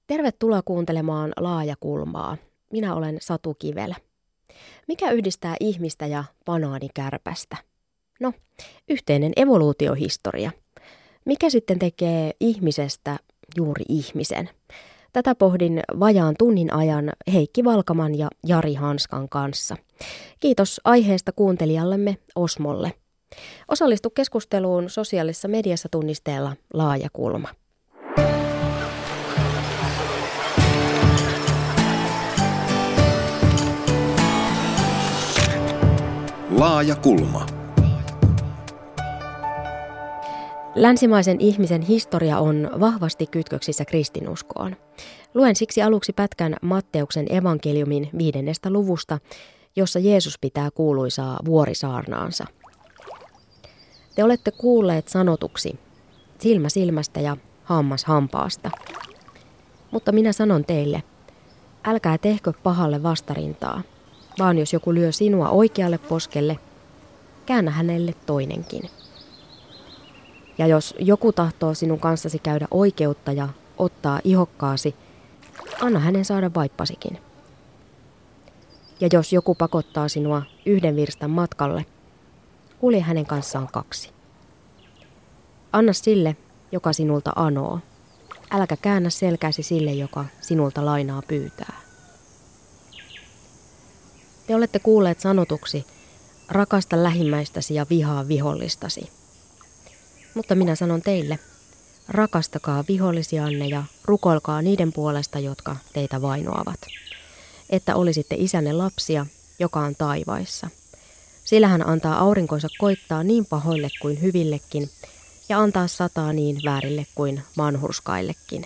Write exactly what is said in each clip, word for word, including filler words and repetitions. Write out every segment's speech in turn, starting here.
Tervetuloa kuuntelemaan Laajakulmaa. Minä olen Satu Kivelä. Mikä yhdistää ihmistä ja banaanikärpästä? No, yhteinen evoluutiohistoria. Mikä sitten tekee ihmisestä juuri ihmisen? Tätä pohdin vajaan tunnin ajan Heikki Valkaman ja Jari Hanskan kanssa. Kiitos aiheesta kuuntelijallemme Osmolle. Osallistu keskusteluun sosiaalisessa mediassa tunnisteella Laajakulma. Laajakulma. Länsimaisen ihmisen historia on vahvasti kytköksissä kristinuskoon. Luen siksi aluksi pätkän Matteuksen evankeliumin viidennestä luvusta, jossa Jeesus pitää kuuluisaa vuorisaarnaansa. Te olette kuulleet sanotuksi, silmä silmästä ja hammas hampaasta. Mutta minä sanon teille, älkää tehkö pahalle vastarintaa, vaan jos joku lyö sinua oikealle poskelle, käännä hänelle toinenkin. Ja jos joku tahtoo sinun kanssasi käydä oikeutta ja ottaa ihokkaasi, anna hänen saada vaippasikin. Ja jos joku pakottaa sinua yhden virstan matkalle, kulje hänen kanssaan kaksi. Anna sille, joka sinulta anoo. Äläkä käännä selkääsi sille, joka sinulta lainaa pyytää. Te olette kuulleet sanotuksi, rakasta lähimmäistäsi ja vihaa vihollistasi. Mutta minä sanon teille, rakastakaa vihollisianne ja rukoilkaa niiden puolesta, jotka teitä vainoavat, että olisitte isänne lapsia, joka on taivaissa. Sillä hän antaa aurinkonsa koittaa niin pahoille kuin hyvillekin ja antaa sataa niin väärille kuin vanhurskaillekin.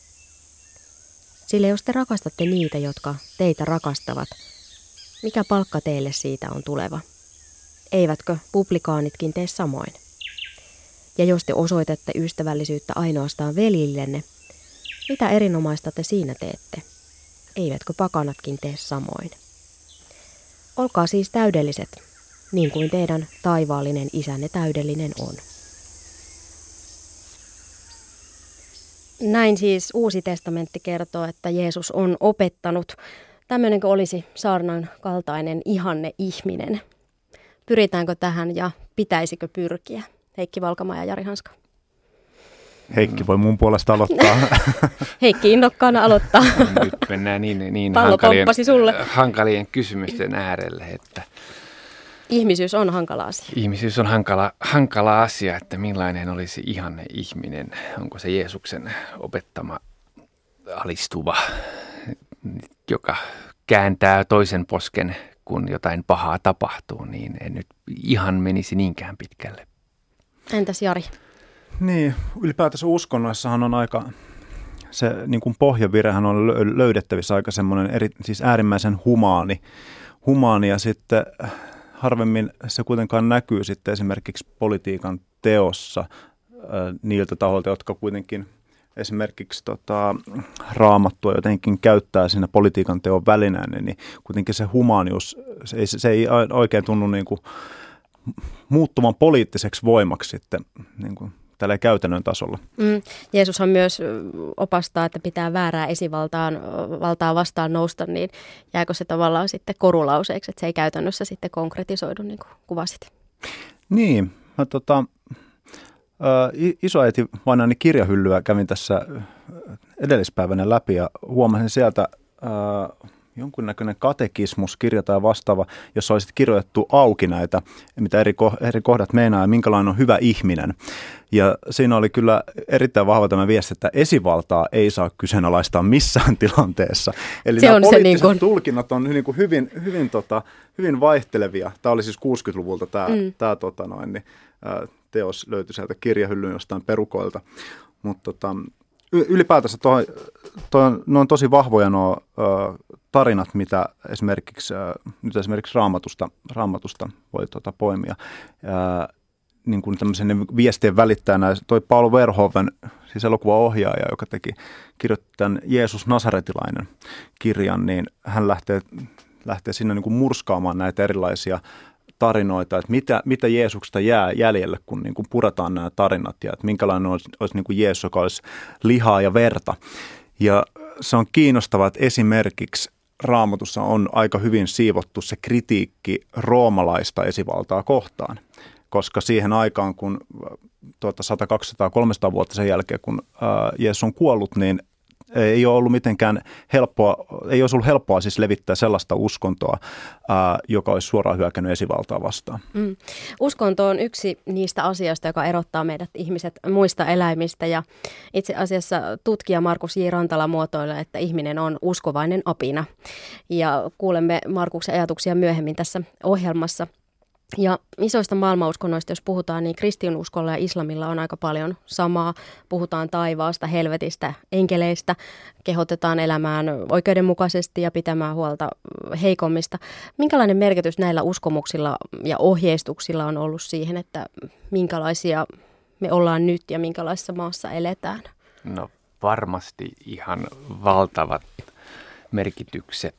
Sillä jos te rakastatte niitä, jotka teitä rakastavat, mikä palkka teille siitä on tuleva? Eivätkö publikaanitkin tee samoin? Ja jos te osoitatte ystävällisyyttä ainoastaan veljillenne, mitä erinomaista te siinä teette? Eivätkö pakanatkin tee samoin? Olkaa siis täydelliset, niin kuin teidän taivaallinen isänne täydellinen on. Näin siis Uusi testamentti kertoo, että Jeesus on opettanut. Tämmöinenkö olisi saarnan kaltainen ihanne ihminen? Pyritäänkö tähän ja pitäisikö pyrkiä? Heikki Valkama ja Jari Hanska. Heikki voi mun puolesta aloittaa. Heikki innokkaana aloittaa. Nyt mennään niin, niin Pallo hankalien, pomppasi sulle. hankalien kysymysten äärelle, että Ihmisyys on hankala asia. ihmisyys on hankala, hankala asia, että millainen olisi ihanne ihminen. Onko se Jeesuksen opettama alistuva, joka kääntää toisen posken, kun jotain pahaa tapahtuu, niin en nyt ihan menisi niinkään pitkälle. Entäs Jari? Niin, ylipäätänsä uskonnoissahan on aika, se niin kuin pohjavirehän on löydettävissä aika semmoinen eri, siis äärimmäisen humaani, humaani ja sitten harvemmin se kuitenkaan näkyy sitten esimerkiksi politiikan teossa äh, niiltä tahoilta, jotka kuitenkin esimerkiksi tota, Raamattua jotenkin käyttää siinä politiikan teon välineenä, niin kuitenkin se humaanius, se ei, se ei oikein tunnu niin kuin muuttuvan poliittiseksi voimaksi sitten niin kuin tällä käytännön tasolla. Mm, Jeesushan myös opastaa, että pitää väärää esivaltaan valtaa vastaan nousta, niin jääkö se tavallaan sitten korulauseeksi, että se ei käytännössä sitten konkretisoidu, niin kuin kuvasit? Niin, mä tota, isoäiti vainaani kirjahyllyä kävin tässä edellispäivänä läpi ja huomasin sieltä ää, jonkunnäköinen katekismuskirja tai vastaava, jossa olisi kirjoitettu auki näitä, mitä eri, eri kohdat meinaa ja minkälainen on hyvä ihminen. Ja siinä oli kyllä erittäin vahva tämä viesti, että esivaltaa ei saa kyseenalaistaa missään tilanteessa. Eli se nämä poliittiset niin kuin tulkinnat on niin kuin hyvin, hyvin, tota, hyvin vaihtelevia. Tämä oli siis kuusikymmentäluvulta tämä, mm. tämä tota noin, niin, ää, teos löytyi sieltä kirjahyllyn jostain perukoilta. Mutta tota, ylipäätänsä toi, toi, ne on tosi vahvoja nuo ö, tarinat, mitä esimerkiksi, ö, nyt esimerkiksi raamatusta, raamatusta voi tota, poimia. Ö, niin kuin tämmöisen viestien välittäjänä toi Paul Verhoeven, siis elokuvaohjaaja, joka teki, kirjoitti tämän Jeesus Nasaretilainen kirjan, niin hän lähtee, lähtee sinne niin kuin murskaamaan näitä erilaisia tarinoita, että mitä, mitä Jeesuksesta jää jäljelle, kun niin kuin puretaan nämä tarinat ja että minkälainen olisi, olisi niin kuin Jeesus, joka olisi lihaa ja verta. Ja se on kiinnostavaa, että esimerkiksi Raamatussa on aika hyvin siivottu se kritiikki roomalaista esivaltaa kohtaan, koska siihen aikaan, kun tuota sata, kaksisataa, kolmesataa vuotta sen jälkeen, kun ää, Jeesus on kuollut, niin ei ole ollut mitenkään helppoa, ei olisi ollut helppoa siis levittää sellaista uskontoa, ää, joka olisi suoraan hyökännyt esivaltaa vastaan. Mm. Uskonto on yksi niistä asioista, joka erottaa meidät ihmiset muista eläimistä, ja itse asiassa tutkija Markus J. Rantala muotoilee, että ihminen on uskovainen apina, ja kuulemme Markuksen ajatuksia myöhemmin tässä ohjelmassa. Ja isoista maailmanuskonnoista, jos puhutaan, niin kristinuskolla ja islamilla on aika paljon samaa. Puhutaan taivaasta, helvetistä, enkeleistä, kehotetaan elämään oikeudenmukaisesti ja pitämään huolta heikommista. Minkälainen merkitys näillä uskomuksilla ja ohjeistuksilla on ollut siihen, että minkälaisia me ollaan nyt ja minkälaisessa maassa eletään? No varmasti ihan valtavat merkitykset.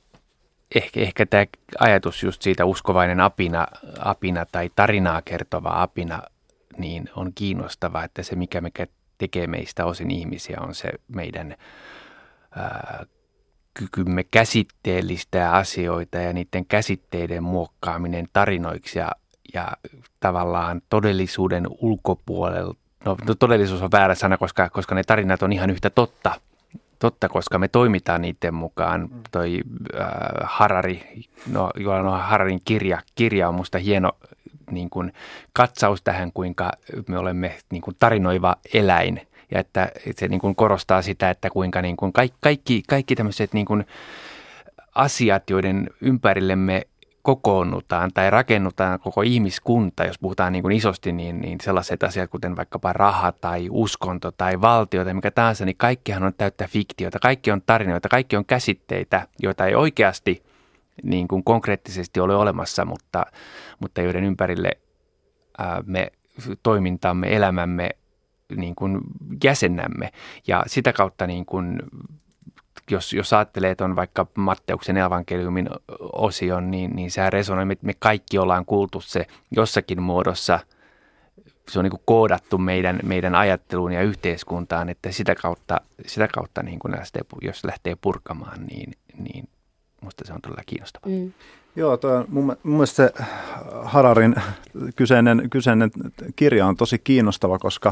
Ehkä, ehkä tämä ajatus just siitä uskovainen apina, apina tai tarinaa kertova apina niin on kiinnostava, että se mikä me tekee meistä osin ihmisiä on se meidän ää, kykymme käsitteellistää asioita ja niiden käsitteiden muokkaaminen tarinoiksi ja, ja tavallaan todellisuuden ulkopuolella. No todellisuus on väärä sana, koska, koska ne tarinat on ihan yhtä totta. Totta, koska me toimitaan niiden mukaan. Toi äh, Harari, no Joel Hararin kirja, kirja on musta hieno niin kuin katsaus tähän, kuinka me olemme niin kuin tarinoiva eläin. Ja että se niin kuin korostaa sitä, että kuinka niin kuin kaikki, kaikki, kaikki tämmöiset niin kuin asiat, joiden ympärillemme kokoonnutaan tai rakennutaan koko ihmiskunta, jos puhutaan niin kuin isosti, niin, niin sellaiset asiat kuten vaikkapa raha tai uskonto tai valtio tai mikä tahansa, niin kaikkihan on täyttä fiktiota, kaikki on tarinoita, kaikki on käsitteitä, joita ei oikeasti niin kuin konkreettisesti ole olemassa, mutta, mutta joiden ympärille ää, me toimintamme, elämämme niin kuin jäsennämme ja sitä kautta niin kuin Jos, jos ajattelee, että on vaikka Matteuksen evankeliumin osion, niin, niin sehän resonoi, että me kaikki ollaan kuultu se jossakin muodossa. Se on niin kuin koodattu meidän, meidän ajatteluun ja yhteiskuntaan, että sitä kautta, sitä kautta niin kuin lähtee, jos lähtee purkamaan, niin, niin musta se on todella kiinnostavaa. Mm. Joo, toi, mun, mun mielestä se Hararin kyseinen, kyseinen kirja on tosi kiinnostava, koska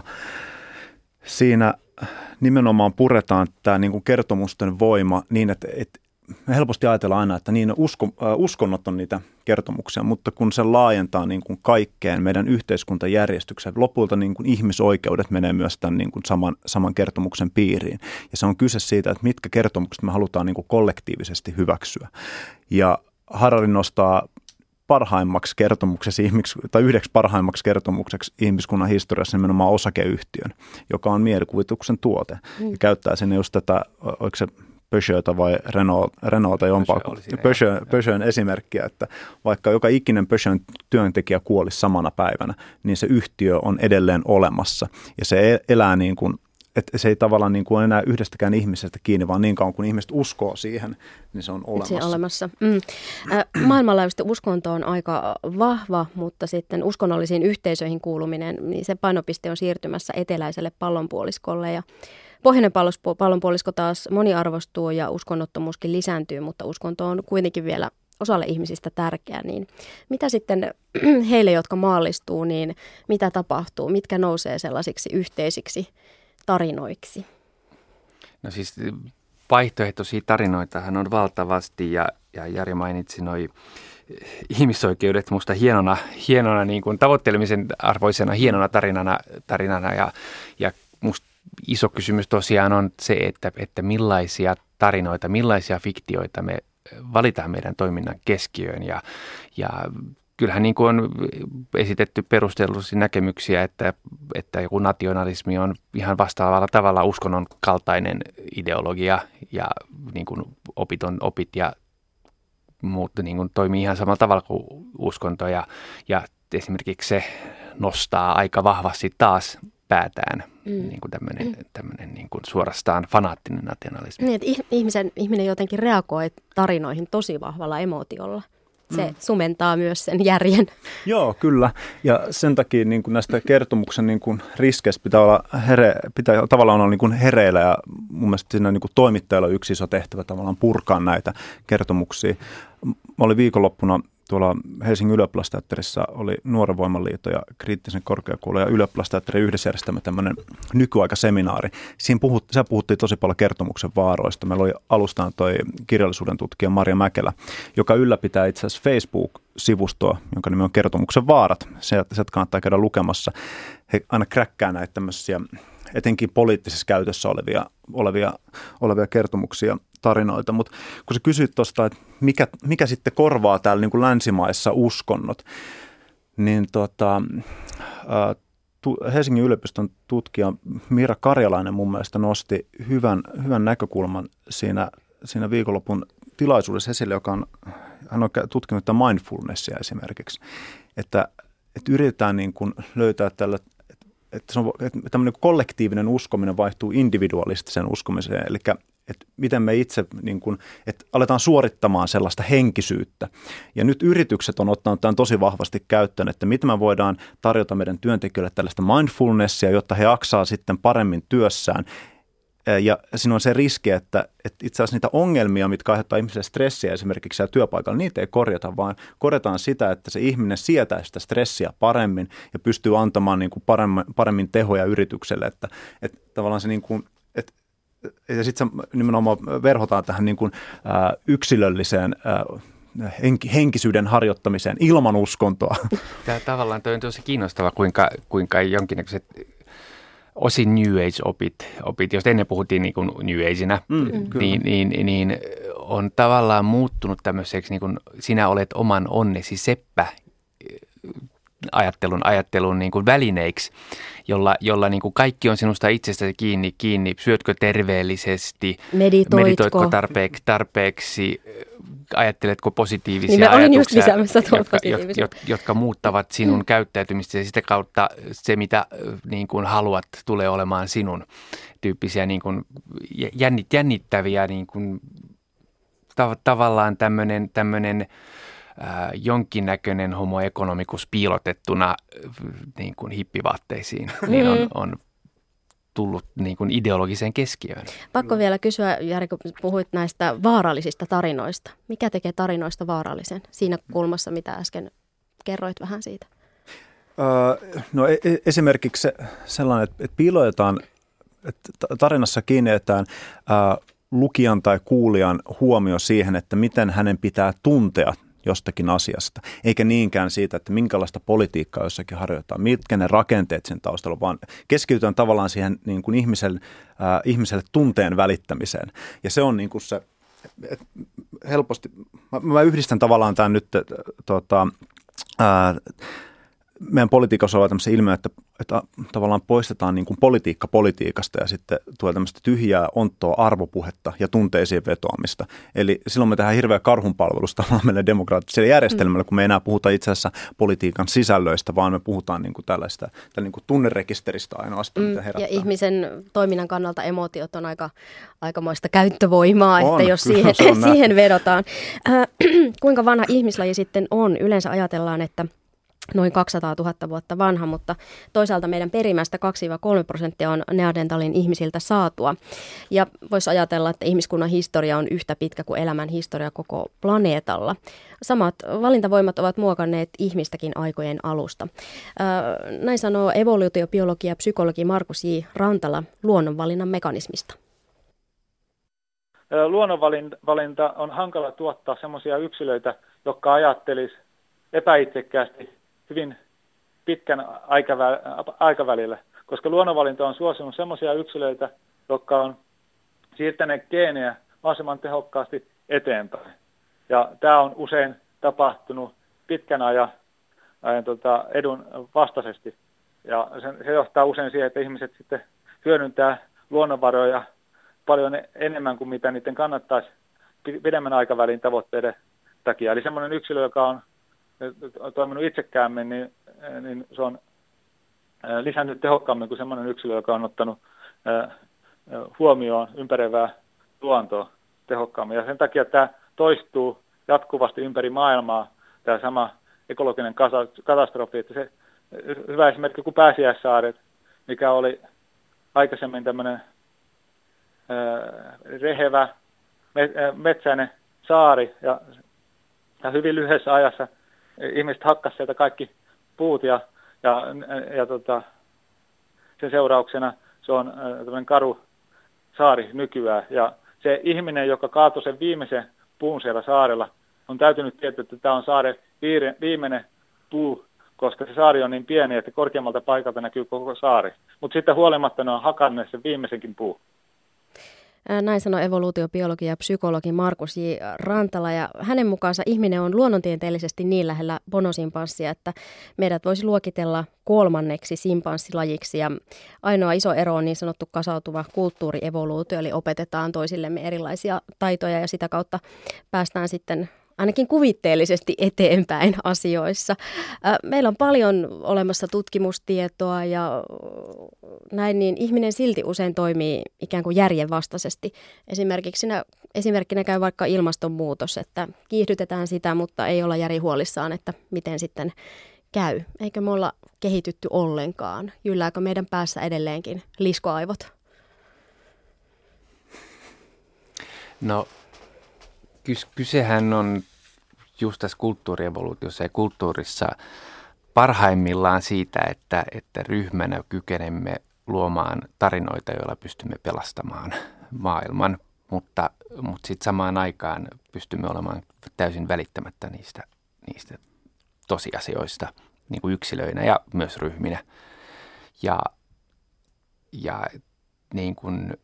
siinä nimenomaan puretaan tämä niin kuin kertomusten voima niin, että, että me helposti ajatellaan aina, että niin usko, äh, uskonnot on niitä kertomuksia, mutta kun se laajentaa niin kuin kaikkeen meidän yhteiskuntajärjestykseen, lopulta niin kuin ihmisoikeudet menee myös tämän niin kuin saman, saman kertomuksen piiriin. Ja se on kyse siitä, että mitkä kertomukset me halutaan niin kuin kollektiivisesti hyväksyä. Ja Harari nostaa parhaimmaksi kertomukseksi, tai yhdeksi parhaimmaksi kertomukseksi ihmiskunnan historiassa nimenomaan osakeyhtiön, joka on mielikuvituksen tuote. Mm. Ja käyttää sinne just tätä, oliko se Peugeota vai Renault, Renaulta jompaa, Peugeon esimerkkiä, että vaikka joka ikinen Peugeon työntekijä kuolisi samana päivänä, niin se yhtiö on edelleen olemassa. Ja se elää niin kuin, että se ei tavallaan niin kuin ole enää yhdestäkään ihmisestä kiinni, vaan niin kauan kun ihmiset uskoo siihen, niin se on olemassa. Se on olemassa. Mm. Maailmanlaajuisesti uskonto on aika vahva, mutta sitten uskonnollisiin yhteisöihin kuuluminen, niin se painopiste on siirtymässä eteläiselle pallonpuoliskolle. Ja pohjoinen pallonpuolisko taas moniarvostuu ja uskonnottomuuskin lisääntyy, mutta uskonto on kuitenkin vielä osalle ihmisistä tärkeä. Niin mitä sitten heille, jotka maallistuu, niin mitä tapahtuu? Mitkä nousee sellaisiksi yhteisiksi tarinoiksi? No siis vaihtoehtoisia tarinoitahan on valtavasti ja, ja Jari mainitsi noi ihmisoikeudet musta hienona, hienona niin kuin tavoittelemisen arvoisena hienona tarinana, tarinana ja, ja musta iso kysymys tosiaan on se, että, että millaisia tarinoita, millaisia fiktioita me valitaan meidän toiminnan keskiöön ja, ja kyllähän niin kuin on esitetty perustellusti näkemyksiä, että, että joku nationalismi on ihan vastaavalla tavalla uskonnon kaltainen ideologia ja niin kuin opit on opit ja muut niin kuin toimii ihan samalla tavalla kuin uskonto ja, ja esimerkiksi se nostaa aika vahvasti taas päätään mm. niin kuin tämmöinen, mm. tämmöinen niin kuin suorastaan fanaattinen nationalismi. Niin, että ihmisen, ihminen jotenkin reagoi tarinoihin tosi vahvalla emootiolla. Se mm. sumentaa myös sen järjen. Joo, kyllä. Ja sen takia niin kuin näistä kertomuksen niin kuin riskeistä pitää olla here, pitää tavallaan olla niin kuin hereillä, ja mun mielestä siinä niin kuin toimittajalla on yksi iso tehtävä tavallaan purkaa näitä kertomuksia. Mä olin viikonloppuna tuolla Helsingin ylioppilasteatterissa, oli Nuoren Voimanliiton ja Kriittisen korkeakoulun ja ylioppilasteatterin yhdessä järjestämä tämmöinen nykyaikaseminaari. Siinä puhut, siellä puhuttiin tosi paljon kertomuksen vaaroista. Meillä oli alustaan toi kirjallisuuden tutkija Marja Mäkelä, joka ylläpitää itse asiassa Facebook-sivustoa, jonka nimi on Kertomuksen vaarat. Sieltä, sieltä kannattaa käydä lukemassa. He aina kräkkää näitä tämmöisiä etenkin poliittisessa käytössä olevia, olevia, olevia kertomuksia, tarinoita, mutta kun sä kysyt tuosta, että mikä, mikä sitten korvaa täällä niin kuin länsimaissa uskonnot, niin tota, ää, tu, Helsingin yliopiston tutkija Miira Karjalainen mun mielestä nosti hyvän, hyvän näkökulman siinä, siinä viikonlopun tilaisuudessa esille, joka on, hän on tutkinut tätä mindfulnessia esimerkiksi, että, että yritetään niin kuin löytää tällä, että, se on, että tämmöinen kollektiivinen uskominen vaihtuu individualistiseen uskomiseen, eli että miten me itse niin kuin, että aletaan suorittamaan sellaista henkisyyttä. Ja nyt yritykset on ottanut tämän tosi vahvasti käyttöön, että miten me voidaan tarjota meidän työntekijöille tällaista mindfulnessia, jotta he jaksaa sitten paremmin työssään. Ja siinä on se riski, että, että itse asiassa niitä ongelmia, mitkä aiheuttaa ihmisille stressiä esimerkiksi siellä työpaikalla, niitä ei korjata, vaan korjataan sitä, että se ihminen sietää sitä stressiä paremmin ja pystyy antamaan niin kuin paremmin, paremmin tehoja yritykselle. Että, että tavallaan se niin kuin, että ja sitten nimenomaan verhotaan tähän niin kuin, ä, yksilölliseen ä, henki, henkisyyden harjoittamiseen ilman uskontoa. Tämä tavallaan toi on tosi kiinnostava, kuinka, kuinka jonkinnäköiset osin New Age-opit, opit, jos ennen puhuttiin niin kuin New Ageina, mm, niin, niin, niin on tavallaan muuttunut tämmöiseksi, niin kuin sinä olet oman onnesi seppä ajattelun, ajattelun niin kuin välineiksi, jolla, jolla niin kuin kaikki on sinusta itsestäsi kiinni, kiinni. Syötkö terveellisesti, meditoitko, meditoitko tarpeeksi, tarpeeksi, ajatteletko positiivisia niin ajatuksia, jotka, jotka, jotka muuttavat sinun mm. käyttäytymistä ja sitä kautta se, mitä niin kuin haluat, tulee olemaan sinun tyyppisiä niin kuin jännittäviä niin kuin, tav- tavallaan tämmöinen tämmöinen Äh, jonkinnäköinen homo economicus piilotettuna niin kuin hippivaatteisiin, mm. niin on, on tullut niin kuin ideologiseen keskiöön. Pakko vielä kysyä, Jari, kun puhuit näistä vaarallisista tarinoista. Mikä tekee tarinoista vaarallisen siinä kulmassa, mitä äsken kerroit vähän siitä? Öö, no e- esimerkiksi se, sellainen, että, että piilotetaan, että tarinassa kiinnitetään ää, lukijan tai kuulijan huomio siihen, että miten hänen pitää tuntea jostakin asiasta, eikä niinkään siitä, että minkälaista politiikkaa jossakin harjoitetaan, mitkä ne rakenteet sen taustalla, vaan keskitytään tavallaan siihen niin kuin ihmiselle, äh, ihmiselle tunteen välittämiseen. Ja se on niin kuin se, että helposti, mä, mä yhdistän tavallaan tämän nyt, että, tota, äh, meidän politiikassa on tämmöisiä ilmiöitä, että, että tavallaan poistetaan niin kuin politiikka politiikasta ja sitten tulee tämmöistä tyhjää, onttoa arvopuhetta ja tunteisiin vetoamista. Eli silloin me tehdään hirveä karhunpalvelusta meille demokraattiselle järjestelmälle, kun me ei enää puhuta itse asiassa politiikan sisällöistä, vaan me puhutaan niin kuin tällaista niin kuin tunnerekisteristä ainoastaan, mitä herättää. Ja ihmisen toiminnan kannalta emootiot on aika, aikamoista käyttövoimaa, on, että jos siihen, siihen vedotaan. Äh, kuinka vanha ihmislaji sitten on? Yleensä ajatellaan, että noin kaksisataatuhatta vuotta vanha, mutta toisaalta meidän perimästä kaksi kolme prosenttia on Neandertalin ihmisiltä saatua. Ja voisi ajatella, että ihmiskunnan historia on yhtä pitkä kuin elämän historia koko planeetalla. Samat valintavoimat ovat muokanneet ihmistäkin aikojen alusta. Näin sanoo evoluutiobiologi ja psykologi Markus J. Rantala luonnonvalinnan mekanismista. Luonnonvalinta on hankala tuottaa sellaisia yksilöitä, jotka ajattelisi epäitsekkäästi hyvin pitkän aikavälillä, koska luonnonvalinta on suosinut sellaisia yksilöitä, jotka on siirtäneet geenejä mahdollisimman tehokkaasti eteenpäin. Ja tämä on usein tapahtunut pitkän ajan, ajan tota, edun vastaisesti. Ja se, se johtaa usein siihen, että ihmiset sitten hyödyntää luonnonvaroja paljon enemmän kuin mitä niiden kannattaisi pidemmän aikavälin tavoitteiden takia. Eli sellainen yksilö, joka on toiminut itsekäämmin, niin, niin se on lisännyt tehokkaammin kuin sellainen yksilö, joka on ottanut huomioon ympäröivää luontoa tehokkaammin. Ja sen takia tämä toistuu jatkuvasti ympäri maailmaa, tämä sama ekologinen katastrofi. Että se hyvä esimerkki kuin Pääsiäissaaret, mikä oli aikaisemmin tämmöinen rehevä metsäinen saari ja, ja hyvin lyhyessä ajassa ihmiset hakkasivat sieltä kaikki puut ja, ja, ja tota, sen seurauksena se on tämmöinen karu saari nykyään. Ja se ihminen, joka kaatoi sen viimeisen puun siellä saarella, on täytynyt tietää, että tämä on saaren viimeinen puu, koska se saari on niin pieni, että korkeammalta paikalta näkyy koko saari. Mutta sitten huolimatta ne on hakanneet sen viimeisenkin puu. Näin sanoi evoluutiobiologi ja psykologi Markus J. Rantala, ja hänen mukaansa ihminen on luonnontieteellisesti niin lähellä bonosimpanssia, että meidät voisi luokitella kolmanneksi simpanssilajiksi, ja ainoa iso ero on niin sanottu kasautuva kulttuurievoluutio, eli opetetaan toisillemme erilaisia taitoja ja sitä kautta päästään sitten ainakin kuvitteellisesti eteenpäin asioissa. Meillä on paljon olemassa tutkimustietoa ja näin, niin ihminen silti usein toimii ikään kuin järjenvastaisesti. Esimerkiksi esimerkkinä käy vaikka ilmastonmuutos, että kiihdytetään sitä, mutta ei olla järin huolissaan, että miten sitten käy. Eikö me olla kehitytty ollenkaan? Jyllääkö meidän päässä edelleenkin liskoaivot? No, kysehän on just tässä kulttuurievoluutiossa ja kulttuurissa parhaimmillaan siitä, että, että ryhmänä kykenemme luomaan tarinoita, joilla pystymme pelastamaan maailman, mutta, mutta sitten samaan aikaan pystymme olemaan täysin välittämättä niistä, niistä tosiasioista niin kuin yksilöinä ja myös ryhminä. Ja, ja niin kuin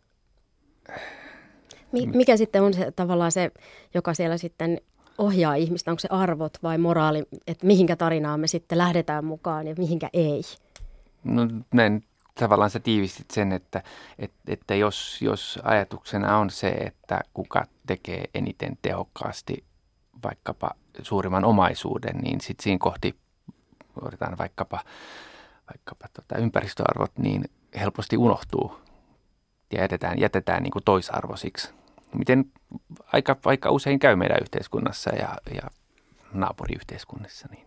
Mikä sitten on se tavallaan se, joka siellä sitten ohjaa ihmistä? Onko se arvot vai moraali, että mihinkä tarinaan me sitten lähdetään mukaan ja mihinkä ei? No näin tavallaan sä tiivistit sen, että, että, että jos, jos ajatuksena on se, että kuka tekee eniten tehokkaasti vaikkapa suurimman omaisuuden, niin sitten siinä kohti otetaan vaikkapa, vaikkapa tota ympäristöarvot, niin helposti unohtuu ja jätetään, jätetään niin kuin toisarvoisiksi. Miten aika, aika usein käy meidän yhteiskunnassa ja, ja naapuriyhteiskunnissa. Niin.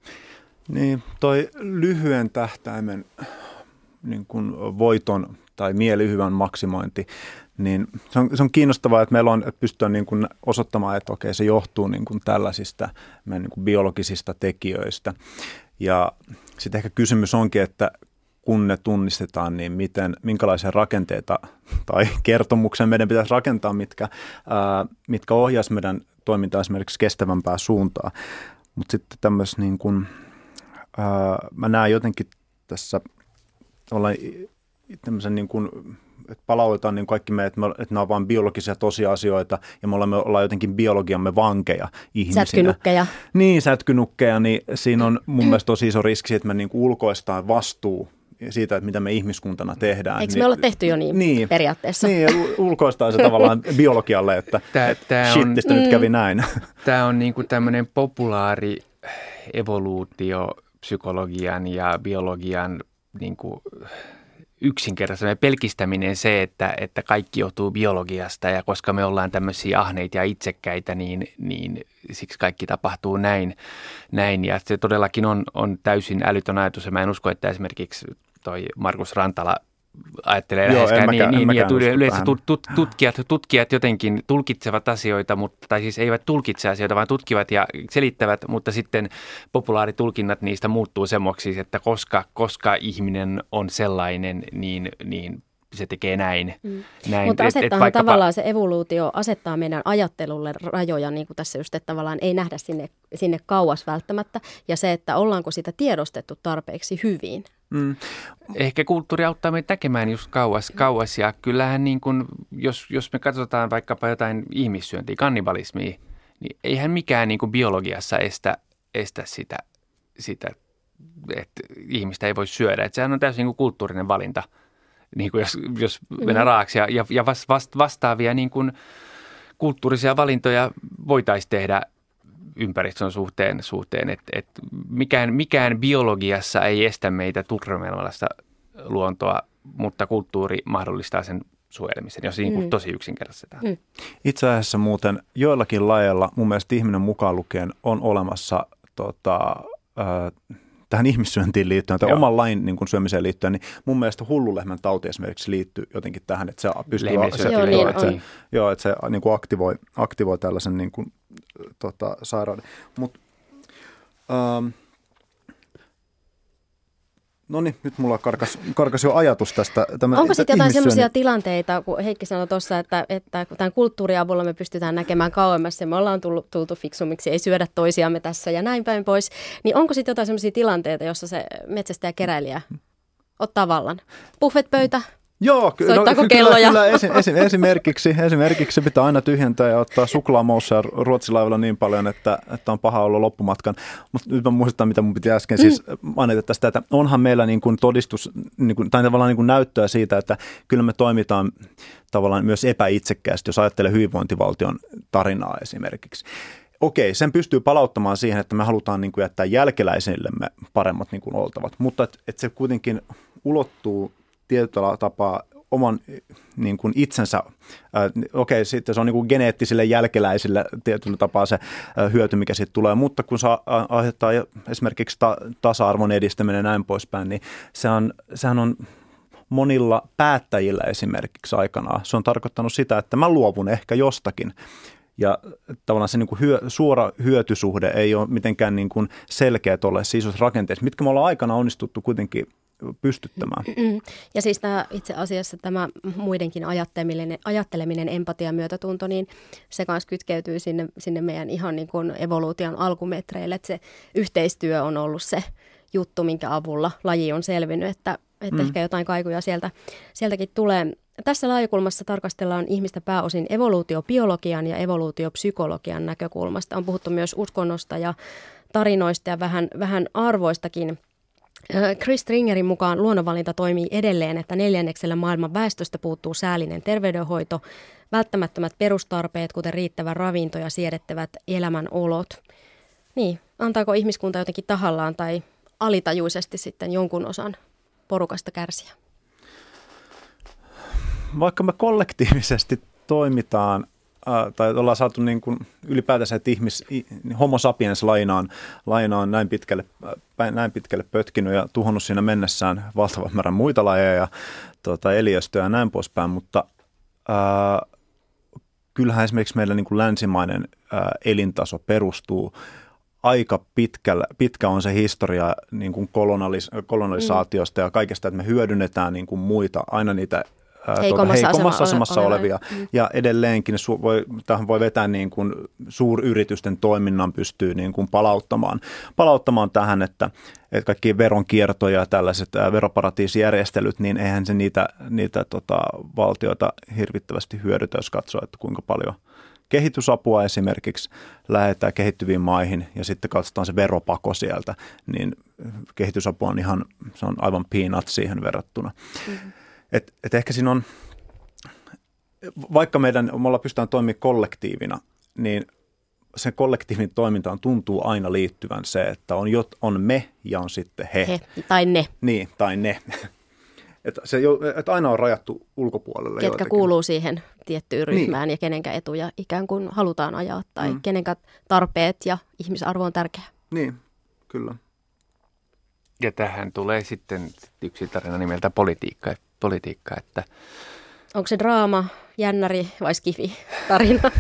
Niin, toi lyhyen tähtäimen niin kuin voiton tai mielihyvän maksimointi, niin se on, se on kiinnostavaa, että meillä on, että pystytään niin kuin osoittamaan, että okei, se johtuu niin kuin tällaisista meidän niin kuin biologisista tekijöistä. Ja sitten ehkä kysymys onkin, että kun ne tunnistetaan, niin miten, minkälaisia rakenteita tai kertomuksia meidän pitäisi rakentaa, mitkä, ää, mitkä ohjaisi meidän toimintaa esimerkiksi kestävämpää suuntaa. Mutta sitten tämmöistä niin kuin, ää, mä näen jotenkin tässä ollaan tämmöisen niin kuin, että palautetaan niin kaikki me, että, me, että nämä on vain biologisia tosiasioita ja me olemme, ollaan jotenkin biologiamme vankeja ihmisinä. Sätkynukkeja. Niin, sätkynukkeja, niin siinä on mun mielestä tosi iso riski, että me niin kuin ulkoistaan vastuu siitä, että mitä me ihmiskuntana tehdään. Eikö me olla tehty jo niin, niin periaatteessa? Niin, ulkoistaa se tavallaan biologialle, että tää, tää shittistä on, nyt kävi näin. Tämä on niin kuin tämmöinen populaari evoluutio psykologian ja biologian niin kuin yksinkertainen pelkistäminen se, että, että kaikki johtuu biologiasta ja koska me ollaan tämmöisiä ahneita ja itsekkäitä, niin, niin siksi kaikki tapahtuu näin. näin. Ja se todellakin on, on täysin älytön ajatus ja mä en usko, että esimerkiksi toi Markus Rantala ajattelee Joo, läheskään mäkään, niin, niin ja yleensä tähän. tut, tutkijat, tutkijat jotenkin tulkitsevat asioita, mutta, tai siis eivät tulkitse asioita, vaan tutkivat ja selittävät, mutta sitten populaaritulkinnat niistä muuttuu semmoiksi, että koska, koska ihminen on sellainen, niin, niin se tekee näin. Mm. näin. Mutta asettaa et, et vaikkapa tavallaan se evoluutio asettaa meidän ajattelulle rajoja, niin kuin tässä just, että tavallaan ei nähdä sinne, sinne kauas välttämättä, ja se, että ollaanko sitä tiedostettu tarpeeksi hyvin. Mm. Ehkä kulttuuri auttaa meitä tekemään just kauas, kauas ja kyllähän niin kuin, jos, jos me katsotaan vaikkapa jotain ihmissyöntiä, kannibalismia, niin eihän mikään niin kuin biologiassa estä, estä sitä, sitä, että ihmistä ei voi syödä. Että sehän on täysin niin kuin kulttuurinen valinta, niin kuin jos, jos mennään mm. raaksi. Ja, ja vast, vastaavia niin kuin kulttuurisia valintoja voitaisiin tehdä ympäristön suhteen, suhteen että et mikään, mikään biologiassa ei estä meitä turmelmalaista luontoa, mutta kulttuuri mahdollistaa sen suojelemisen, jos niin kuin mm. tosi yksinkertaistetaan. Mm. Itse asiassa muuten joillakin lajeilla mun mielestä ihminen mukaan lukien on olemassa tota, äh, tähän ihmissyöntiin liittyen tai Joo. oman lain niin kuin syömiseen liittyen, niin mun mielestä hullulehmän tauti esimerkiksi liittyy jotenkin tähän, että se pystyy, se, joo, joo, niin että se, joo, että se niin kuin aktivoi, aktivoi tällaisen niin kuin, tota, sairauden. Mut, ähm, no niin, nyt mulla karkas, karkas jo ajatus tästä. Tämä, Onko sitten jotain sellaisia tilanteita, kun Heikki sanoi tuossa, että, että tämän kulttuurin avulla me pystytään näkemään kauemmas ja me ollaan tullut, tultu fiksummiksi, ei syödä toisiamme tässä ja näin päin pois, niin onko sitten jotain sellaisia tilanteita, jossa se metsästäjä keräilijä ottaa vallan? Buffetpöytä? Joo, ky- no, kyllä, kyllä esi- esi- esimerkiksi, esimerkiksi pitää aina tyhjentää ja ottaa suklaamoussea ruotsilaivalla niin paljon, että, että on paha olla loppumatkan. Mutta nyt mä muistan, mitä mun piti äsken siis mainita tästä, että onhan meillä niin kuin todistus niin kuin, tai tavallaan niin kuin näyttöä siitä, että kyllä me toimitaan tavallaan myös epäitsekkäästi, jos ajattelee hyvinvointivaltion tarinaa esimerkiksi. Okei, sen pystyy palauttamaan siihen, että me halutaan niin kuin jättää jälkeläisillemme paremmat niin kuin oltavat, mutta että et se kuitenkin ulottuu tietyllä tapaa oman niin kuin itsensä, äh, okei, sitten se on niin kuin geneettisille jälkeläisille tietyllä tapaa se äh, hyöty, mikä siitä tulee, mutta kun saa äh, aiheuttaa esimerkiksi ta- tasa-arvon edistäminen ja näin poispäin, niin se on, sehän on monilla päättäjillä esimerkiksi aikanaan. Se on tarkoittanut sitä, että mä luovun ehkä jostakin. Ja tavallaan se niin kuin hyö, suora hyötysuhde ei ole mitenkään niin kuin selkeät ole siis isossa rakenteessa, mitkä me ollaan aikana onnistuttu kuitenkin pystyttämään. Ja siis tämä, itse asiassa tämä muidenkin ajatteleminen, ajatteleminen empatia, myötätunto, niin se kanssa kytkeytyy sinne, sinne meidän ihan niin kuin evoluution alkumetreille, että se yhteistyö on ollut se juttu, minkä avulla laji on selvinnyt, että, että mm. ehkä jotain kaikuja sieltä, sieltäkin tulee. Tässä laajakulmassa tarkastellaan ihmistä pääosin evoluutiobiologian ja evoluutiopsykologian näkökulmasta. On puhuttu myös uskonnosta ja tarinoista ja vähän, vähän arvoistakin. Chris Stringerin mukaan luonnonvalinta toimii edelleen, että neljänneksellä maailman väestöstä puuttuu säällinen terveydenhoito, välttämättömät perustarpeet, kuten riittävä ravinto ja siedettävät elämänolot. Niin, antaako ihmiskunta jotenkin tahallaan tai alitajuisesti sitten jonkun osan porukasta kärsiä? Vaikka me kollektiivisesti toimitaan, äh, tai ollaan saatu niin kuin ylipäätänsä, että ihmis, homo sapiens lainaan, lainaan näin, pitkälle, äh, näin pitkälle pötkinyt ja tuhonnut siinä mennessään valtavan määrän muita lajeja ja tuota, eliöstöä ja näin poispäin, mutta äh, kyllähän esimerkiksi meillä niin kuin länsimainen äh, elintaso perustuu aika pitkällä, pitkä on se historia niin kuin kolonalis- kolonisaatiosta mm. ja kaikesta, että me hyödynnetään niin kuin muita, aina niitä heikommassa, tuota, heikommassa asema, asemassa ole, olevia. Mm. Ja edelleenkin su- voi, tähän voi vetää niin kuin suuryritysten toiminnan pystyy niin kuin palauttamaan, palauttamaan tähän, että, että kaikki veronkiertoja ja tällaiset ää, veroparatiisijärjestelyt, niin eihän se niitä, niitä tota, valtioita hirvittävästi hyödytä, jos katsoo, että kuinka paljon kehitysapua esimerkiksi lähetään kehittyviin maihin ja sitten katsotaan se veropako sieltä, niin kehitysapu on ihan, se on aivan peanut siihen verrattuna. Mm-hmm. Et, et ehkä siinä on, vaikka meidän, me ollaan pystytään toimimaan kollektiivina, niin sen kollektiivin toimintaan tuntuu aina liittyvän se, että on, jot, on me ja on sitten he. He tai ne. Niin, tai ne. Että se, et aina on rajattu ulkopuolelle. Ketkä joitakin. Kuuluu siihen tiettyyn ryhmään niin. Ja kenenkä etuja ikään kuin halutaan ajaa tai mm. kenenkä tarpeet ja ihmisarvo on tärkeä. Niin, kyllä. Ja tähän tulee sitten yksi tarina nimeltä politiikka, politiikka että onko se draama, jännäri vai skifi-tarina?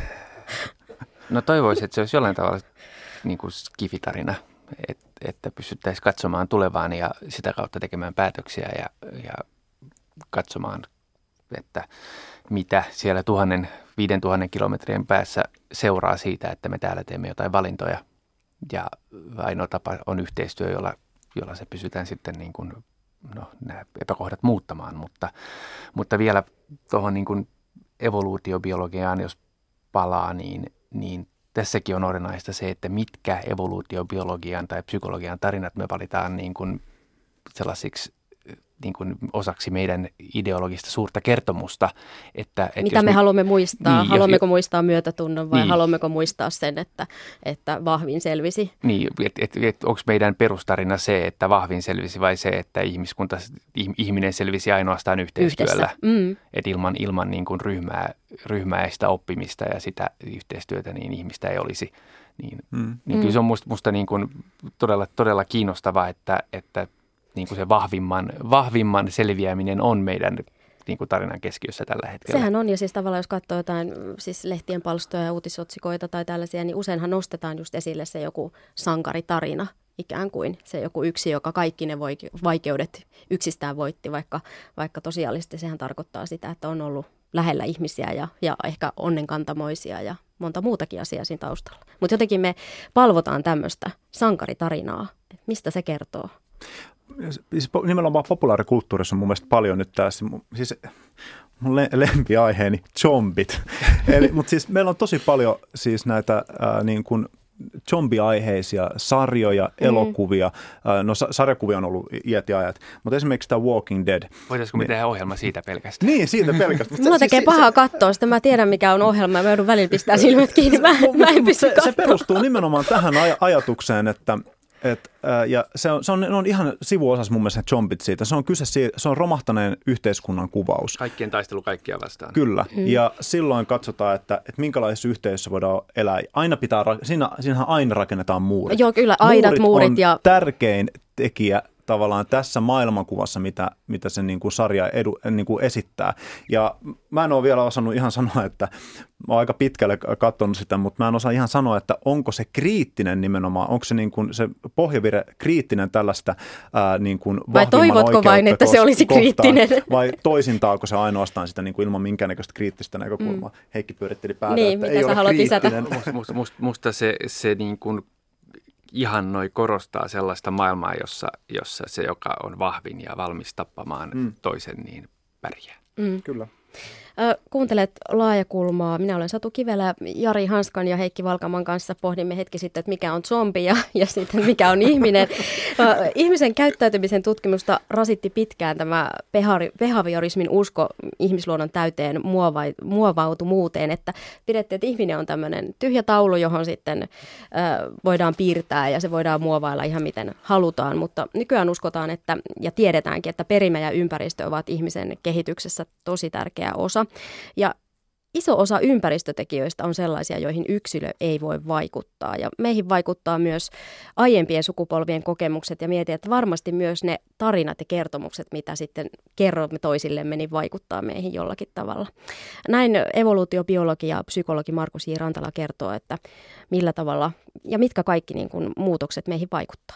No toivoisin, että se olisi jollain tavalla niin kuin skifi-tarina, että, että pystyttäisiin katsomaan tulevaan ja sitä kautta tekemään päätöksiä ja, ja katsomaan, että mitä siellä tuhannen, viiden tuhannen kilometrien päässä seuraa siitä, että me täällä teemme jotain valintoja. Ja ainoa tapa on yhteistyö, jolla, jolla se pysytään sitten niin kuin, no, nämä epäkohdat muuttamaan. Mutta, mutta vielä tuohon niin kuin evoluutiobiologiaan, jos palaa, niin, niin tässäkin on olennaista se, että mitkä evoluutiobiologian tai psykologian tarinat me valitaan niin kuin sellaisiksi niin kuin osaksi meidän ideologista suurta kertomusta. Että, että mitä me, me haluamme muistaa? Niin, haluammeko jos, muistaa myötätunnon vai niin. haluammeko muistaa sen, että, että vahvin selvisi? Niin, että et, et, onko meidän perustarina se, että vahvin selvisi vai se, että ihmiskunta, ihminen selvisi ainoastaan yhteistyöllä. Mm. Että ilman, ilman niin kuin ryhmää, ryhmäistä oppimista ja sitä yhteistyötä, niin ihmistä ei olisi. Niin, Mm. niin kyllä se on musta, musta niin kuin todella, todella kiinnostavaa, että, että niin kuin se vahvimman, vahvimman selviäminen on meidän niin kuin tarinan keskiössä tällä hetkellä. Sehän on, ja siis tavallaan jos katsoo jotain siis lehtien palstoja ja uutisotsikoita tai tällaisia, niin useinhan nostetaan just esille se joku sankaritarina, ikään kuin se joku yksi, joka kaikki ne vaikeudet yksistään voitti, vaikka, vaikka tosiaalisesti sehän tarkoittaa sitä, että on ollut lähellä ihmisiä ja, ja ehkä onnenkantamoisia ja monta muutakin asiaa siinä taustalla. Mutta jotenkin me palvotaan tämmöistä sankaritarinaa. Mistä se kertoo? Siis nimenomaan populaarikulttuurissa on mun mielestä paljon nyt tässä, siis mun lempiaiheeni, zombit. Eli, mutta siis meillä on tosi paljon siis näitä ää, niin kuin zombiaiheisia sarjoja, elokuvia. Mm. No sarjakuvia on ollut iät ja ajat, mutta esimerkiksi tämä Walking Dead. Voitaisiko me niin, tehdä ohjelma siitä pelkästään? Niin, siitä pelkästään. Mulla tekee siis, pahaa katsoa sitä. Mä tiedän, mikä on ohjelma ja mä joudun välillä pistää silmät kiinni. Mä, mä en pysty se, se perustuu nimenomaan tähän aj- ajatukseen, että Et, ää, ja se on, se on, on ihan sivuosassa mun mielestä zombit siitä. Se on kyse siitä, se on romahtaneen yhteiskunnan kuvaus. Kaikkien taistelu kaikkia vastaan. Kyllä. Mm. Ja silloin katsotaan, että, että minkälaisessa yhteisössä voidaan elää. Aina pitää, siinä, siinähän aina rakennetaan muurit. Joo, kyllä. Aidat, muurit, muurit on ja tärkein tekijä tavallaan tässä maailmankuvassa, mitä, mitä se niin kuin sarja edu, niin kuin esittää. Ja mä en ole vielä osannut ihan sanoa, että mä oon aika pitkälle katsonut sitä, mutta mä en osaa ihan sanoa, että onko se kriittinen nimenomaan, onko se, niin kuin, se pohjavire kriittinen tällaista ää, niin kuin vai toivotko vain, että se olisi kohtaan, kriittinen? Vai toisintaako se ainoastaan sitä niin kuin ilman minkäännäköistä kriittistä näkökulmaa? Mm. Heikki pyöritteli päätä, niin, että ei ole kriittinen. Musta, musta, musta se, se niin kuin ihannoi korostaa sellaista maailmaa, jossa, jossa se, joka on vahvin ja valmis tappamaan mm. toisen, niin pärjää. Mm. Kyllä. Kuuntelet Laajakulmaa. Minä olen Satu Kivelä, Jari Hanskan ja Heikki Valkaman kanssa pohdimme hetki sitten, että mikä on zombi ja, ja sitten mikä on ihminen. Ihmisen käyttäytymisen tutkimusta rasitti pitkään tämä behaviorismin usko ihmisluonnon täyteen muova, muovautumuuteen, että pidettiin, että ihminen on tämmöinen tyhjä taulu, johon sitten äh, voidaan piirtää ja se voidaan muovailla ihan miten halutaan, mutta nykyään uskotaan, että ja tiedetäänkin, että perimä ja ympäristö ovat ihmisen kehityksessä tosi tärkeä osa. Ja iso osa ympäristötekijöistä on sellaisia, joihin yksilö ei voi vaikuttaa. Ja meihin vaikuttaa myös aiempien sukupolvien kokemukset ja mietin, että varmasti myös ne tarinat ja kertomukset, mitä sitten kerromme toisillemme, niin vaikuttaa meihin jollakin tavalla. Näin evoluutiobiologi ja psykologi Markus J. Rantala kertoo, että millä tavalla ja mitkä kaikki niin kuin muutokset meihin vaikuttaa.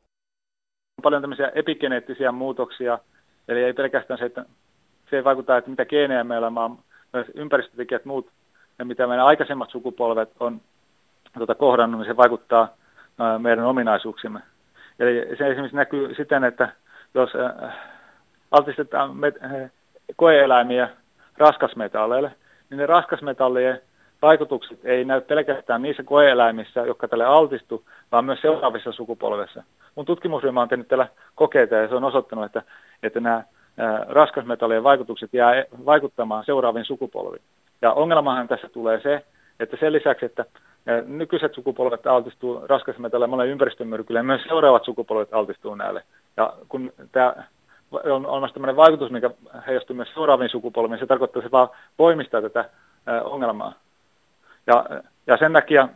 On paljon tämmöisiä epigeneettisiä muutoksia, eli ei pelkästään se, että se ei vaikuta, että mitä geenejä meillä on, vaan myös ympäristötekijät muut, ja mitä meidän aikaisemmat sukupolvet on tuota, kohdannut, niin se vaikuttaa ää, meidän ominaisuuksimme. Eli se esimerkiksi näkyy siten, että jos ää, altistetaan met- ää, koe-eläimiä raskasmetalleille, niin ne raskasmetallien vaikutukset ei näy pelkästään niissä koe-eläimissä, jotka tälle altistuu, vaan myös seuraavissa sukupolvissa. Mun tutkimusryhmä on tehnyt tällä kokeita, ja se on osoittanut, että, että nämä raskasmetallien vaikutukset jää vaikuttamaan seuraaviin sukupolviin. Ja ongelmahan tässä tulee se, että sen lisäksi, että nykyiset sukupolvet altistuu raskasmetalleille monen ympäristömyrkylle, myös seuraavat sukupolvet altistuu näille. Ja kun tämä on olemassa tämmöinen vaikutus, mikä heijastuu myös seuraaviin sukupolviin, se tarkoittaa, että se vaan voimistaa tätä ongelmaa. Ja, ja sen takia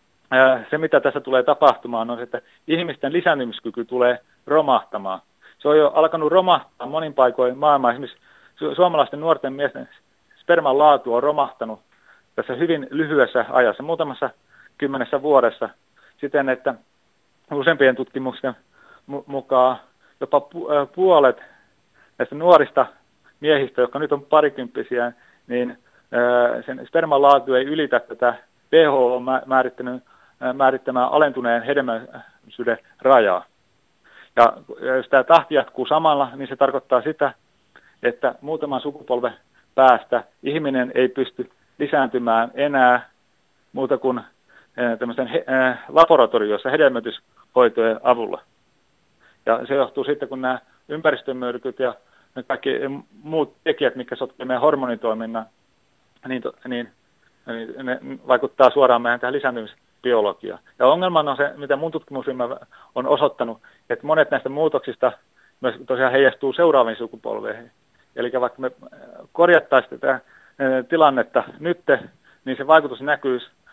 se, mitä tässä tulee tapahtumaan, on se, että ihmisten lisääntymiskyky tulee romahtamaan. Se on jo alkanut romahtaa monin paikoin maailmaa. Esimerkiksi su- suomalaisten nuorten miesten sperman laatu on romahtanut tässä hyvin lyhyessä ajassa, muutamassa kymmenessä vuodessa, siten, että useimpien tutkimusten mu- mukaan jopa pu- äh, puolet näistä nuorista miehistä, jotka nyt on parikymppisiä, niin äh, sen sperman laatu ei ylitä tätä W H O määrittämää alentuneen hedelmällisyyden rajaa. Ja jos tämä tahti jatkuu samalla, niin se tarkoittaa sitä, että muutaman sukupolven päästä ihminen ei pysty lisääntymään enää muuta kuin tämmöisen laboratoriossa hedelmöityshoitojen avulla. Ja se johtuu sitten, kun nämä ympäristömyrkyt ja kaikki muut tekijät, mitkä sotkevat meidän hormonitoiminnan, niin, niin, niin ne vaikuttaa suoraan meidän tähän lisääntymisbiologiaan. Ja ongelma on se, mitä mun tutkimusryhmä on osoittanut, että monet näistä muutoksista myös tosiaan heijastuu seuraaviin sukupolveihin. Eli vaikka me korjattaisiin tätä tilannetta nyt, niin se vaikutus näkyisi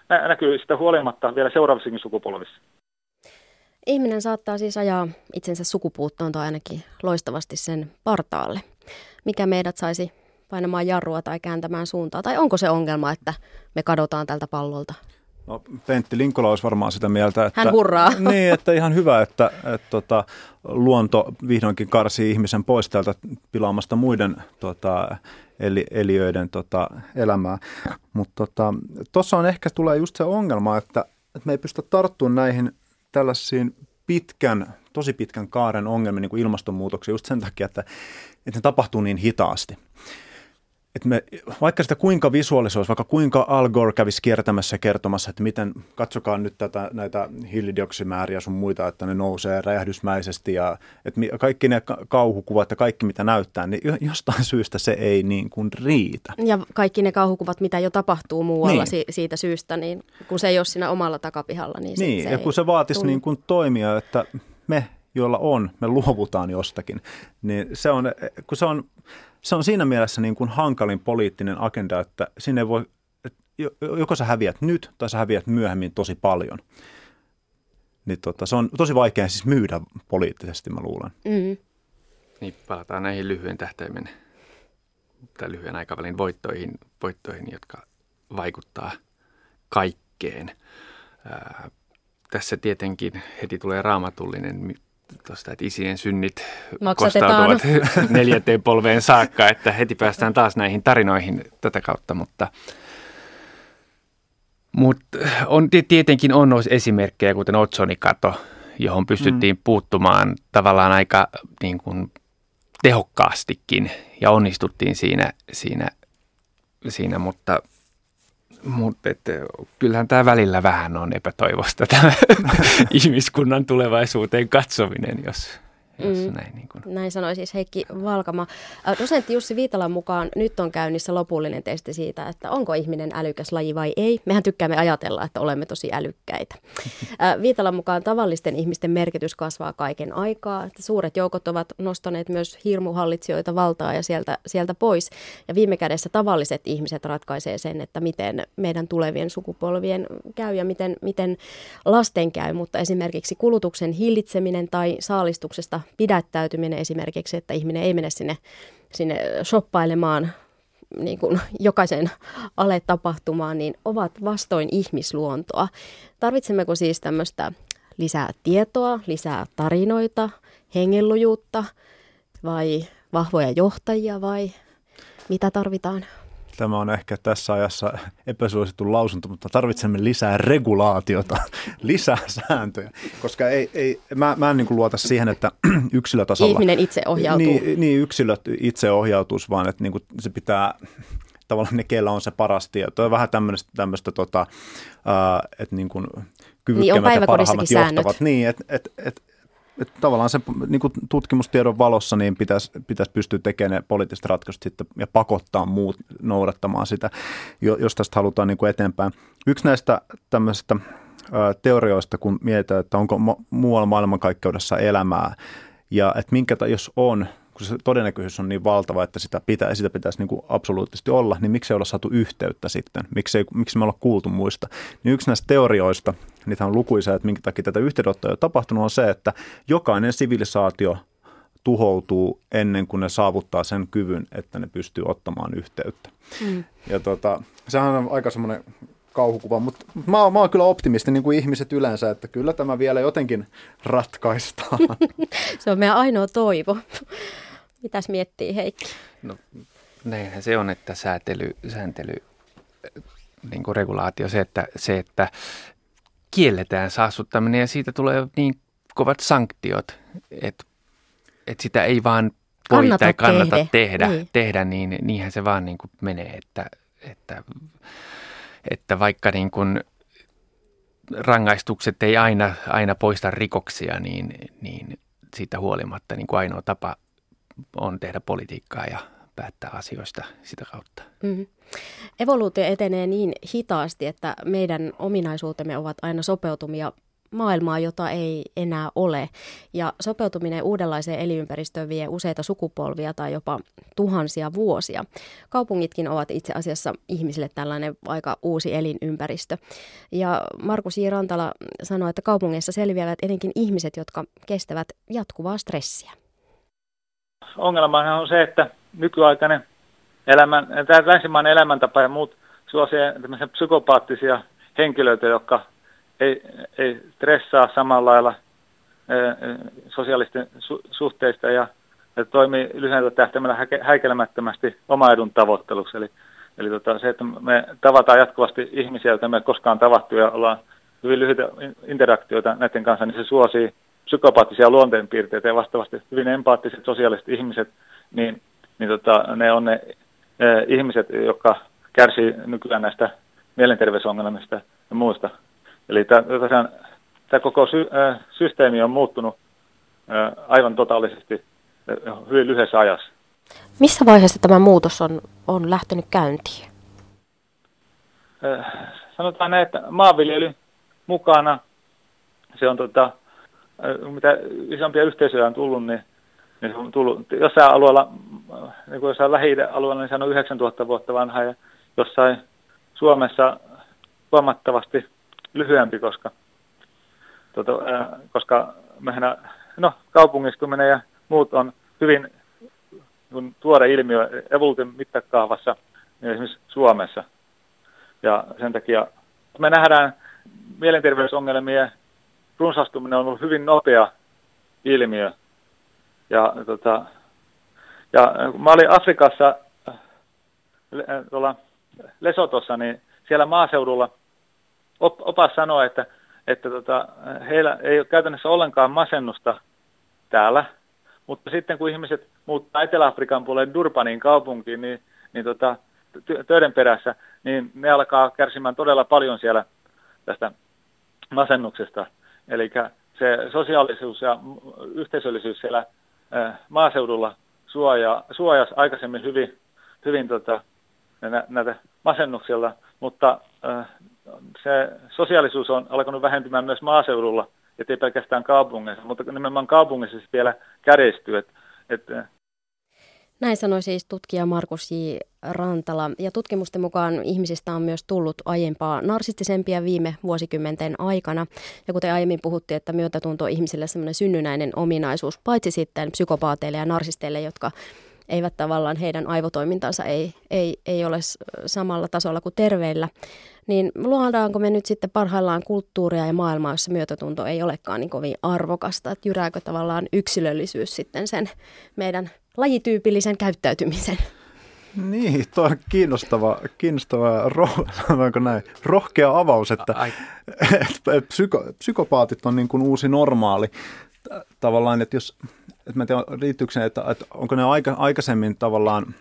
nä- näkyy sitä huolimatta vielä seuraavissakin sukupolvissa. Ihminen saattaa siis ajaa itsensä sukupuuttoon tai ainakin loistavasti sen partaalle, mikä meidät saisi painamaan jarrua tai kääntämään suuntaa. Tai onko se ongelma, että me kadotaan tältä pallolta? No, Pentti Linkola olisi varmaan sitä mieltä, että, Hän hurraa. Niin, että ihan hyvä, että, että, että tota, luonto vihdoinkin karsii ihmisen pois täältä pilaamasta muiden tota, eli, eliöiden tota, elämää. Mutta tuossa tota, on ehkä tulee just se ongelma, että, että me ei pystytä tarttumaan näihin tällaisiin pitkän, tosi pitkän kaaren ongelmiin, niin kuin ilmastonmuutoksia, just sen takia, että, että ne tapahtuu niin hitaasti. Että me, vaikka sitä kuinka visualisoisi, vaikka kuinka Al Gore kävisi kiertämässä kertomassa, että miten, katsokaa nyt tätä, näitä hiilidioksimääriä sun muita, että ne nousee räjähdysmäisesti ja että kaikki ne kauhukuvat ja kaikki mitä näyttää, niin jostain syystä se ei niin kuin riitä. Ja kaikki ne kauhukuvat, mitä jo tapahtuu muualla niin. si- siitä syystä, niin kun se ei ole siinä omalla takapihalla, niin, niin se ja kun se vaatisi niin kuin toimia, että me, joilla on, me luovutaan jostakin, niin se on, kun se on, Se on siinä mielessä niin kuin hankalin poliittinen agenda, että sinne ei voi, että joko sä häviät nyt tai sä häviät myöhemmin tosi paljon. Niin tota, se on tosi vaikea siis myydä poliittisesti, mä luulen. Mm. Niin, palataan näihin lyhyen tähtäimen tai lyhyen aikavälin voittoihin, voittoihin jotka vaikuttaa kaikkeen. Ää, tässä tietenkin heti tulee raamatullinen tuosta, että isien synnit kostautuvat neljänteen polveen saakka, että heti päästään taas näihin tarinoihin tätä kautta, mutta, mutta on, tietenkin on esimerkkejä, kuten otsoonikato, johon pystyttiin mm. puuttumaan tavallaan aika niin kuin tehokkaastikin ja onnistuttiin siinä, siinä, siinä mutta Mutta kyllähän tämä välillä vähän on epätoivosta, tämä ihmiskunnan tulevaisuuteen katsominen, jos, jos mm. näin. Niin kuin. Näin sanoi siis Heikki Valkama. Dosentti Jussi Viitalan mukaan nyt on käynnissä lopullinen testi siitä, että onko ihminen älykäs laji vai ei. Mehän tykkäämme ajatella, että olemme tosi älykkäitä. Viitalan mukaan tavallisten ihmisten merkitys kasvaa kaiken aikaa. Että suuret joukot ovat nostaneet myös hirmuhallitsijoita valtaa ja sieltä, sieltä pois. Ja viime kädessä tavalliset ihmiset ratkaisee sen, että miten meidän tulevien sukupolvien käy ja miten, miten lasten käy. Mutta esimerkiksi kulutuksen hillitseminen tai saalistuksesta pidättäytyminen esimerkiksi, että ihminen ei mene sinne, sinne shoppailemaan niin kuin jokaisen ale-tapahtumaan, niin ovat vastoin ihmisluontoa. Tarvitsemmeko siis tämmöistä lisää tietoa, lisää tarinoita, hengenlujuutta vai vahvoja johtajia vai mitä tarvitaan? Tämä on ehkä tässä ajassa epäsuosittu lausunto, mutta tarvitsemme lisää regulaatiota, lisää sääntöjä, koska ei, ei, mä, mä en niin kuin luota siihen, että yksilötasolla... Ihminen itse ohjautuu. Niin, niin yksilöt itse ohjautuisi, vaan että niin kuin se pitää, tavallaan ne, keillä on se paras tieto. On vähän tämmöistä, tämmöistä tota, uh, että niin kuin kyvykkäämmät niin ja parhaimmat johtavat. Niin, että et, et, että tavallaan se niin kuin tutkimustiedon valossa niin pitäisi, pitäisi pystyä tekemään ne poliittiset ratkaisut sitten ja pakottaa muut noudattamaan sitä, jos tästä halutaan niin kuin eteenpäin. Yksi näistä tämmöisistä ä, teorioista, kun mietitään, että onko muualla maailmankaikkeudessa elämää ja että minkä, jos on, kun se todennäköisyys on niin valtava, että sitä, pitä, sitä pitäisi niin kuin absoluuttisesti olla, niin miksi ei olla saatu yhteyttä sitten? Miksi, ei, miksi me olla kuultu muista? Niin yksi näistä teorioista, niitä on lukuisia, että minkä takia tätä yhteydenottoa ei ole tapahtunut, on se, että jokainen sivilisaatio tuhoutuu ennen kuin ne saavuttaa sen kyvyn, että ne pystyy ottamaan yhteyttä. Mm. Ja tota, sehän on aika semmoinen kauhukuva, mutta mä oon, mä oon kyllä optimisti, niin kuin ihmiset yleensä, että kyllä tämä vielä jotenkin ratkaistaan. Se on meidän ainoa toivo. Mitäs miettii Heikki? No näinhän se on, että säätely, sääntely, niin kuin regulaatio, se että, se, että kielletään saastuttaminen ja siitä tulee niin kovat sanktiot, että, että sitä ei vaan voi kannata tai kannata tehdä, tehdä, niin. tehdä niin niinhän se vaan niin kuin menee, että, että, että vaikka niin kuin rangaistukset ei aina, aina poista rikoksia, niin, niin siitä huolimatta niin kuin ainoa tapa on tehdä politiikkaa ja päättää asioista sitä kautta. Mm-hmm. Evoluutio etenee niin hitaasti, että meidän ominaisuutemme ovat aina sopeutumia maailmaa, jota ei enää ole. Ja sopeutuminen uudenlaiseen elinympäristöön vie useita sukupolvia tai jopa tuhansia vuosia. Kaupungitkin ovat itse asiassa ihmisille tällainen aika uusi elinympäristö. Ja Markus J. Rantala sanoi, että kaupungeissa selviävät etenkin ihmiset, jotka kestävät jatkuvaa stressiä. Ongelmahan on se, että nykyaikainen elämän, tämä länsimainen elämäntapa ja muut suosii psykopaattisia henkilöitä, jotka ei, ei stressaa samalla lailla sosiaalisten su- suhteista ja, ja toimii lyhyellä tähtäimellä häke, häikelemättömästi oma edun tavoitteluksi. Eli, eli tota, se, että me tavataan jatkuvasti ihmisiä, joita me ei koskaan tavattu ja ollaan hyvin lyhyitä interaktioita näiden kanssa, niin se suosii psykopaattisia luonteenpiirteitä ja vastaavasti hyvin empaattiset sosiaaliset ihmiset, niin, niin tota, ne on ne eh, ihmiset, jotka kärsii nykyään näistä mielenterveysongelmista ja muista. Eli tämä koko sy, äh, systeemi on muuttunut äh, aivan totaalisesti äh, hyvin lyhyessä ajassa. Missä vaiheessa tämä muutos on, on lähtenyt käyntiin? Äh, sanotaan näin, että maanviljely mukana, se on tota, äh, mitä isompia yhteisöjä on tullut, niin, niin se on tullut jossain alueella, niin kuin jossain Lähi-idän-alueella, niin se on yhdeksäntuhatta vuotta vanha ja jossain Suomessa huomattavasti lyhyempi, koska, tuota, äh, koska mehän, no, kaupungistuminen ja muut on hyvin kun tuore ilmiö evoluution mittakaavassa niin esimerkiksi Suomessa. Ja sen takia me nähdään mielenterveysongelmien runsastuminen on ollut hyvin nopea ilmiö. Ja, tota, ja kun mä olin Afrikassa tuolla Lesotossa, niin siellä maaseudulla op, opas sanoi, että, että tota, heillä ei ole käytännössä ollenkaan masennusta täällä, mutta sitten kun ihmiset muuttaa Etelä-Afrikan puolelle Durbanin kaupunkiin, niin, niin tota, töiden perässä, niin ne alkaa kärsimään todella paljon siellä tästä masennuksesta. Eli se sosiaalisuus ja yhteisöllisyys siellä ää, maaseudulla suojaa, suojasi aikaisemmin hyvin, hyvin tota, nä, näitä masennuksilla, mutta ää, se sosiaalisuus on alkanut vähentymään myös maaseudulla, ettei pelkästään kaupungeissa, mutta nimenomaan kaupungissa se vielä kärjistyy. Et, et, Näin sanoi siis tutkija Markus J. Rantala. Ja tutkimusten mukaan ihmisistä on myös tullut aiempaa narsistisempia viime vuosikymmenten aikana. Ja kuten aiemmin puhuttiin, että myötätunto on ihmisille semmoinen synnynnäinen ominaisuus, paitsi sitten psykopaateille ja narsisteille, jotka eivät tavallaan, heidän aivotoimintansa ei, ei, ei ole samalla tasolla kuin terveillä. Niin luodaanko me nyt sitten parhaillaan kulttuuria ja maailmaa, jossa myötätunto ei olekaan niin kovin arvokasta? Että jyrääkö tavallaan yksilöllisyys sitten sen meidän lajityypillisen käyttäytymisen? Niin, tuo on kiinnostava, kiinnostava roh, sanotaanko näin, rohkea avaus, että et psyko, psykopaatit on niin kuin uusi normaali. Tavallaan, että jos, että mä en tiedä, riittyykö se, että, että onko ne aika, aikaisemmin tavallaan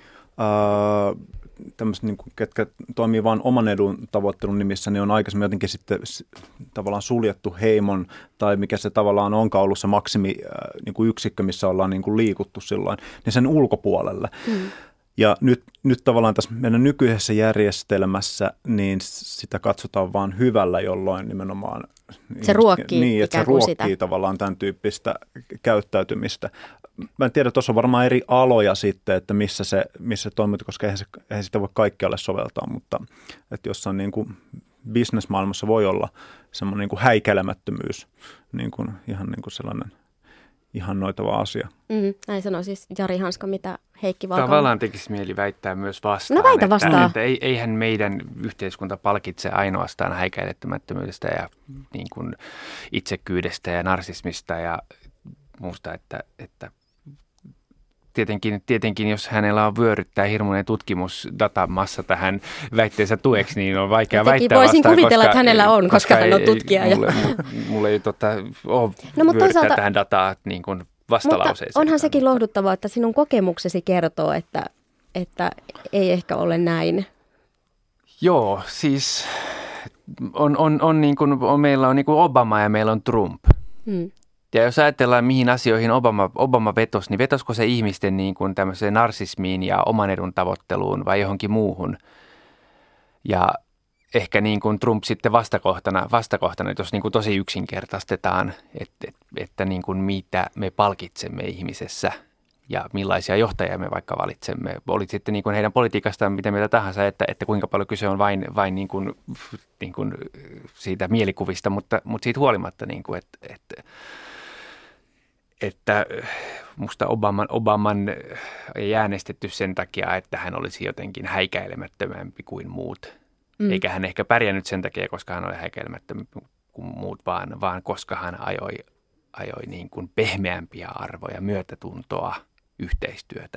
ää, tämmöiset, niin kuin, ketkä toimii vain oman edun tavoittelun nimissä, niin on aikaisemmin jotenkin sitten tavallaan suljettu heimon, tai mikä se tavallaan onkaan ollut se maksimi niin kuin yksikkö, missä ollaan niin kuin liikuttu silloin, niin sen ulkopuolelle. Mm. Ja nyt, nyt tavallaan tässä meidän nykyisessä järjestelmässä, niin sitä katsotaan vaan hyvällä, jolloin nimenomaan se ruokkii, niin, että se ruokkii sitä. tavallaan tämän tyyppistä käyttäytymistä. Mä en tiedä, tuossa on varmaan eri aloja sitten, että missä se, missä se toimii, koska eihän, se, eihän sitä voi kaikkialle soveltaa, mutta että jossain niin kuin business-maailmassa voi olla semmoinen niin kuin häikäilemättömyys, niin kuin, ihan niin kuin sellainen ihannoitava asia. Mm, näin sanoi siis Jari Hanska, mitä Heikki Valkama. Tavallaan tekisi mieli väittää myös vastaan. No väitä vastaan. Että, että eihän meidän yhteiskunta palkitse ainoastaan häikäilemättömyydestä ja niin kuin itsekyydestä ja narsismista ja muusta, että, että Tietenkin, tietenkin, jos hänellä on vyöryttää hirmuinen tutkimusdatamassa tähän väitteensä tueksi, niin on vaikea väittää vastaan. Voisin kuvitella, koska, että hänellä on, koska, koska hän on tutkija. Ei, mulle, mulle ei tota, ole no, vyöryttää toisaalta, tähän dataa niin kuin vastalauseeseen. Mutta onhan sekin lohduttavaa, että sinun kokemuksesi kertoo, että, että ei ehkä ole näin. Joo, siis on, on, on niin kuin, on, meillä on niin kuin Obama ja meillä on Trump. Hmm. Ja jos ajatellaan, mihin asioihin Obama, Obama vetosi, niin vetosko se ihmisten niin kuin tämmöiseen narsismiin ja oman edun tavoitteluun vai johonkin muuhun? Ja ehkä niin kuin Trump sitten vastakohtana, vastakohtana jos niin kuin tosi yksinkertaistetaan, että, että, että niin kuin mitä me palkitsemme ihmisessä ja millaisia johtajia me vaikka valitsemme. Oli sitten niin kuin heidän politiikastaan mitä mieltä tahansa, että, että kuinka paljon kyse on vain, vain niin kuin, niin kuin siitä mielikuvista, mutta, mutta siitä huolimatta, niin kuin, että, että, että musta Obaman, Obaman ei äänestetty sen takia, että hän olisi jotenkin häikäilemättömämpi kuin muut. Mm. Eikä hän ehkä pärjännyt sen takia, koska hän oli häikäilemättömämpi kuin muut, vaan, vaan koska hän ajoi, ajoi niin kuin pehmeämpiä arvoja, myötätuntoa, yhteistyötä.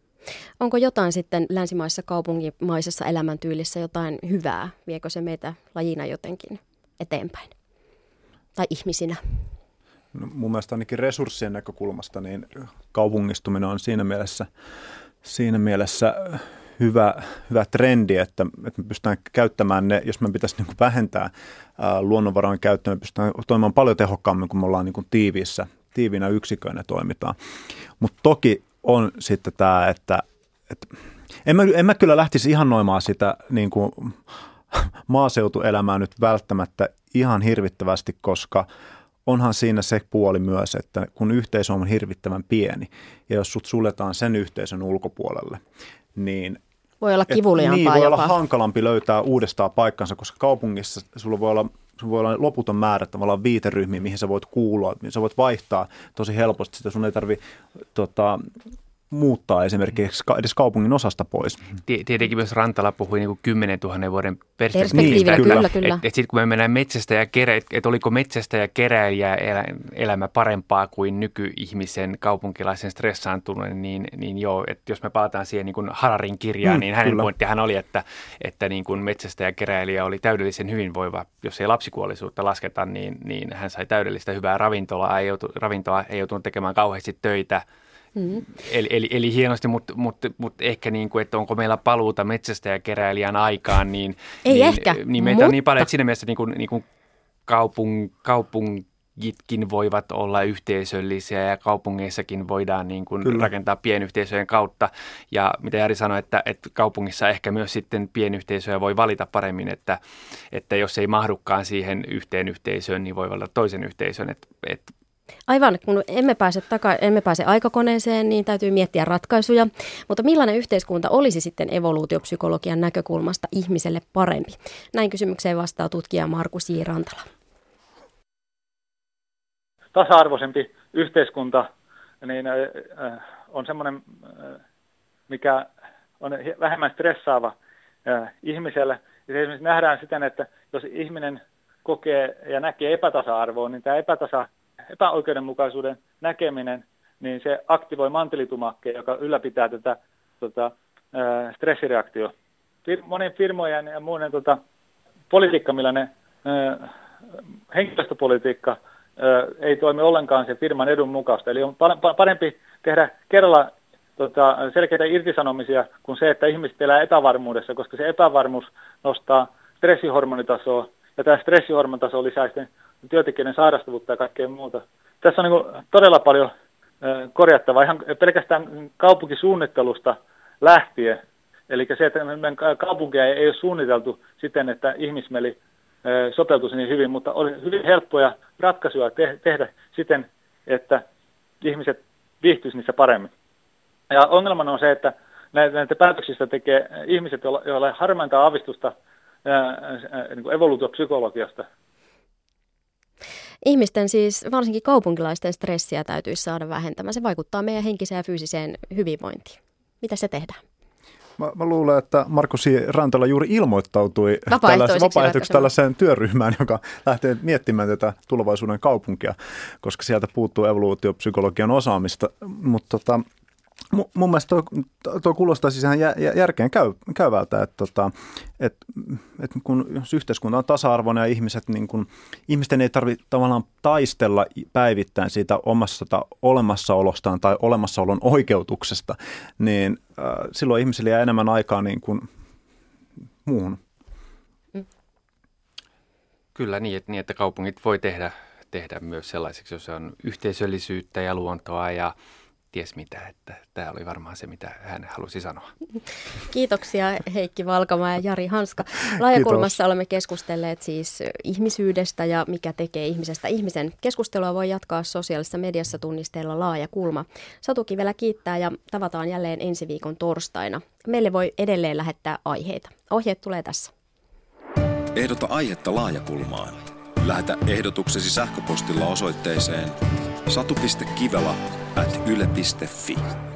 Onko jotain sitten länsimaisessa kaupunkimaisessa elämäntyylissä jotain hyvää? Viekö se meitä lajina jotenkin eteenpäin? Tai ihmisinä? No, mun mielestä ainakin resurssien näkökulmasta niin kaupungistuminen on siinä mielessä, siinä mielessä hyvä, hyvä trendi, että, että me pystytään käyttämään ne, jos me pitäisi niin kuin vähentää ää, luonnonvarojen käyttöä, me pystytään toimimaan paljon tehokkaammin, kun me ollaan niin kuin tiiviissä, tiiviinä yksiköinä toimitaan. Mutta toki on sitten tämä, että, että en, mä, en mä kyllä lähtisi ihannoimaan sitä niin kuin maaseutuelämää nyt välttämättä ihan hirvittävästi, koska onhan siinä se puoli myös, että kun yhteisö on hirvittävän pieni ja jos sut suljetaan sen yhteisön ulkopuolelle, niin voi olla kivuliaampaa niin, voi jopa. olla hankalampi löytää uudestaan paikkansa, koska kaupungissa sulla voi olla, sulla voi olla loputon määrä tavallaan viiteryhmiä, mihin sä voit kuulua, mihin sä voit vaihtaa tosi helposti. Sitä sun ei tarvitse tota, muuttaa esimerkiksi edes kaupungin osasta pois. Tietenkin myös Rantala puhui niin kuin kymmenentuhannen vuoden perspektiivistä. Perspektiivillä, että, kyllä, että, kyllä. Että, että sitten kun me mennään metsästä ja kerä, että, että oliko metsästä ja keräilijä elämä parempaa kuin nykyihmisen kaupunkilaisen stressaantuneen, niin, niin joo, että jos me palataan siihen niin kuin Hararin kirjaan, mm, niin hänen kyllä. pointtihan oli, että, että niin kuin metsästä ja keräilijä oli täydellisen hyvinvoiva. Jos ei lapsikuollisuutta lasketa, niin, niin hän sai täydellistä hyvää ravintolaa, ei joutu, ravintoa, ei joutunut tekemään kauheasti töitä. Mm. Eli, eli, eli hienosti, mutta, mutta, mutta ehkä niin kuin, että onko meillä paluuta metsästä ja keräilijän aikaan, niin, ei niin, ehkä, niin meitä mutta... on niin paljon, että siinä mielessä niin kuin, niin kuin kaupung, kaupungitkin voivat olla yhteisöllisiä ja kaupungeissakin voidaan niin kuin rakentaa pienyhteisöjen kautta. Ja mitä Jari sanoi, että, että kaupungissa ehkä myös sitten pienyhteisöjä voi valita paremmin, että, että jos ei mahdukaan siihen yhteen yhteisöön, niin voi valita toisen yhteisön, että, että aivan, kun emme pääse, taka- emme pääse aikakoneeseen, niin täytyy miettiä ratkaisuja. Mutta millainen yhteiskunta olisi sitten evoluutiopsykologian näkökulmasta ihmiselle parempi? Näin kysymykseen vastaa tutkija Markus J. Rantala. Tasa-arvoisempi yhteiskunta niin, äh, on semmoinen, äh, mikä on vähemmän stressaava äh, ihmiselle. Ja se esimerkiksi nähdään siten, että jos ihminen kokee ja näkee epätasa-arvoa, niin tämä epätasa epäoikeudenmukaisuuden näkeminen, niin se aktivoi mantelitumakkeen, joka ylläpitää tätä tota, ää, stressireaktio. Fir- monen firmojen ja muiden tota, politiikka, millainen ää, henkilöstöpolitiikka ää, ei toimi ollenkaan sen firman edun mukaista. Eli on parempi tehdä kerralla tota, selkeitä irtisanomisia kuin se, että ihmiset elää epävarmuudessa, koska se epävarmuus nostaa stressihormonitasoa, ja tämä stressihormonitaso lisää sitten työntekijöiden sairastavuutta ja kaikkea muuta. Tässä on niin todella paljon korjattavaa, ihan pelkästään kaupunkisuunnittelusta lähtien. Eli se, että meidän kaupunkia ei ole suunniteltu siten, että ihmismieli sopeutuisi niin hyvin, mutta oli hyvin helppoja ratkaisuja te- tehdä siten, että ihmiset viihtyisivät niissä paremmin. Ja ongelmana on se, että näitä päätöksistä tekee ihmiset, joilla ei harmainta aavistusta niin evoluutiopsykologiasta. Ihmisten siis, varsinkin kaupunkilaisten stressiä täytyisi saada vähentämään. Se vaikuttaa meidän henkiseen ja fyysiseen hyvinvointiin. Mitä se tehdään? Mä, mä luulen, että Markus Rantala juuri ilmoittautui vapaaehtoiseksi, vapaaehtoiseksi tällaiseen työryhmään, joka lähtee miettimään tätä tulevaisuuden kaupunkia, koska sieltä puuttuu evoluutiopsykologian osaamista. Mutta tota, mun mielestä tuo, tuo kuulostaa siis ihan järkeen käy, käyvältä, että, että, että, että kun jos yhteiskunta on tasa-arvoinen ja ihmiset, niin kun, ihmisten ei tarvitse tavallaan taistella päivittäin siitä omasta olemassaolostaan tai olemassaolon oikeutuksesta, niin äh, silloin ihmisillä jää enemmän aikaa niin kuin muuhun. Kyllä niin, että, niin, että kaupungit voi tehdä, tehdä myös sellaiseksi, jos on yhteisöllisyyttä ja luontoa ja ties mitä, että tämä oli varmaan se, mitä hän halusi sanoa. Kiitoksia Heikki Valkama ja Jari Hanska. Laajakulmassa olemme keskustelleet siis ihmisyydestä ja mikä tekee ihmisestä ihmisen. Keskustelua voi jatkaa sosiaalisessa mediassa tunnisteella Laajakulma. Satu Kivelä kiittää ja tavataan jälleen ensi viikon torstaina. Meille voi edelleen lähettää aiheita. Ohjeet tulee tässä. Ehdota aihetta Laajakulmaan. Lähetä ehdotuksesi sähköpostilla osoitteeseen satu piste kivelä ät yle piste fi.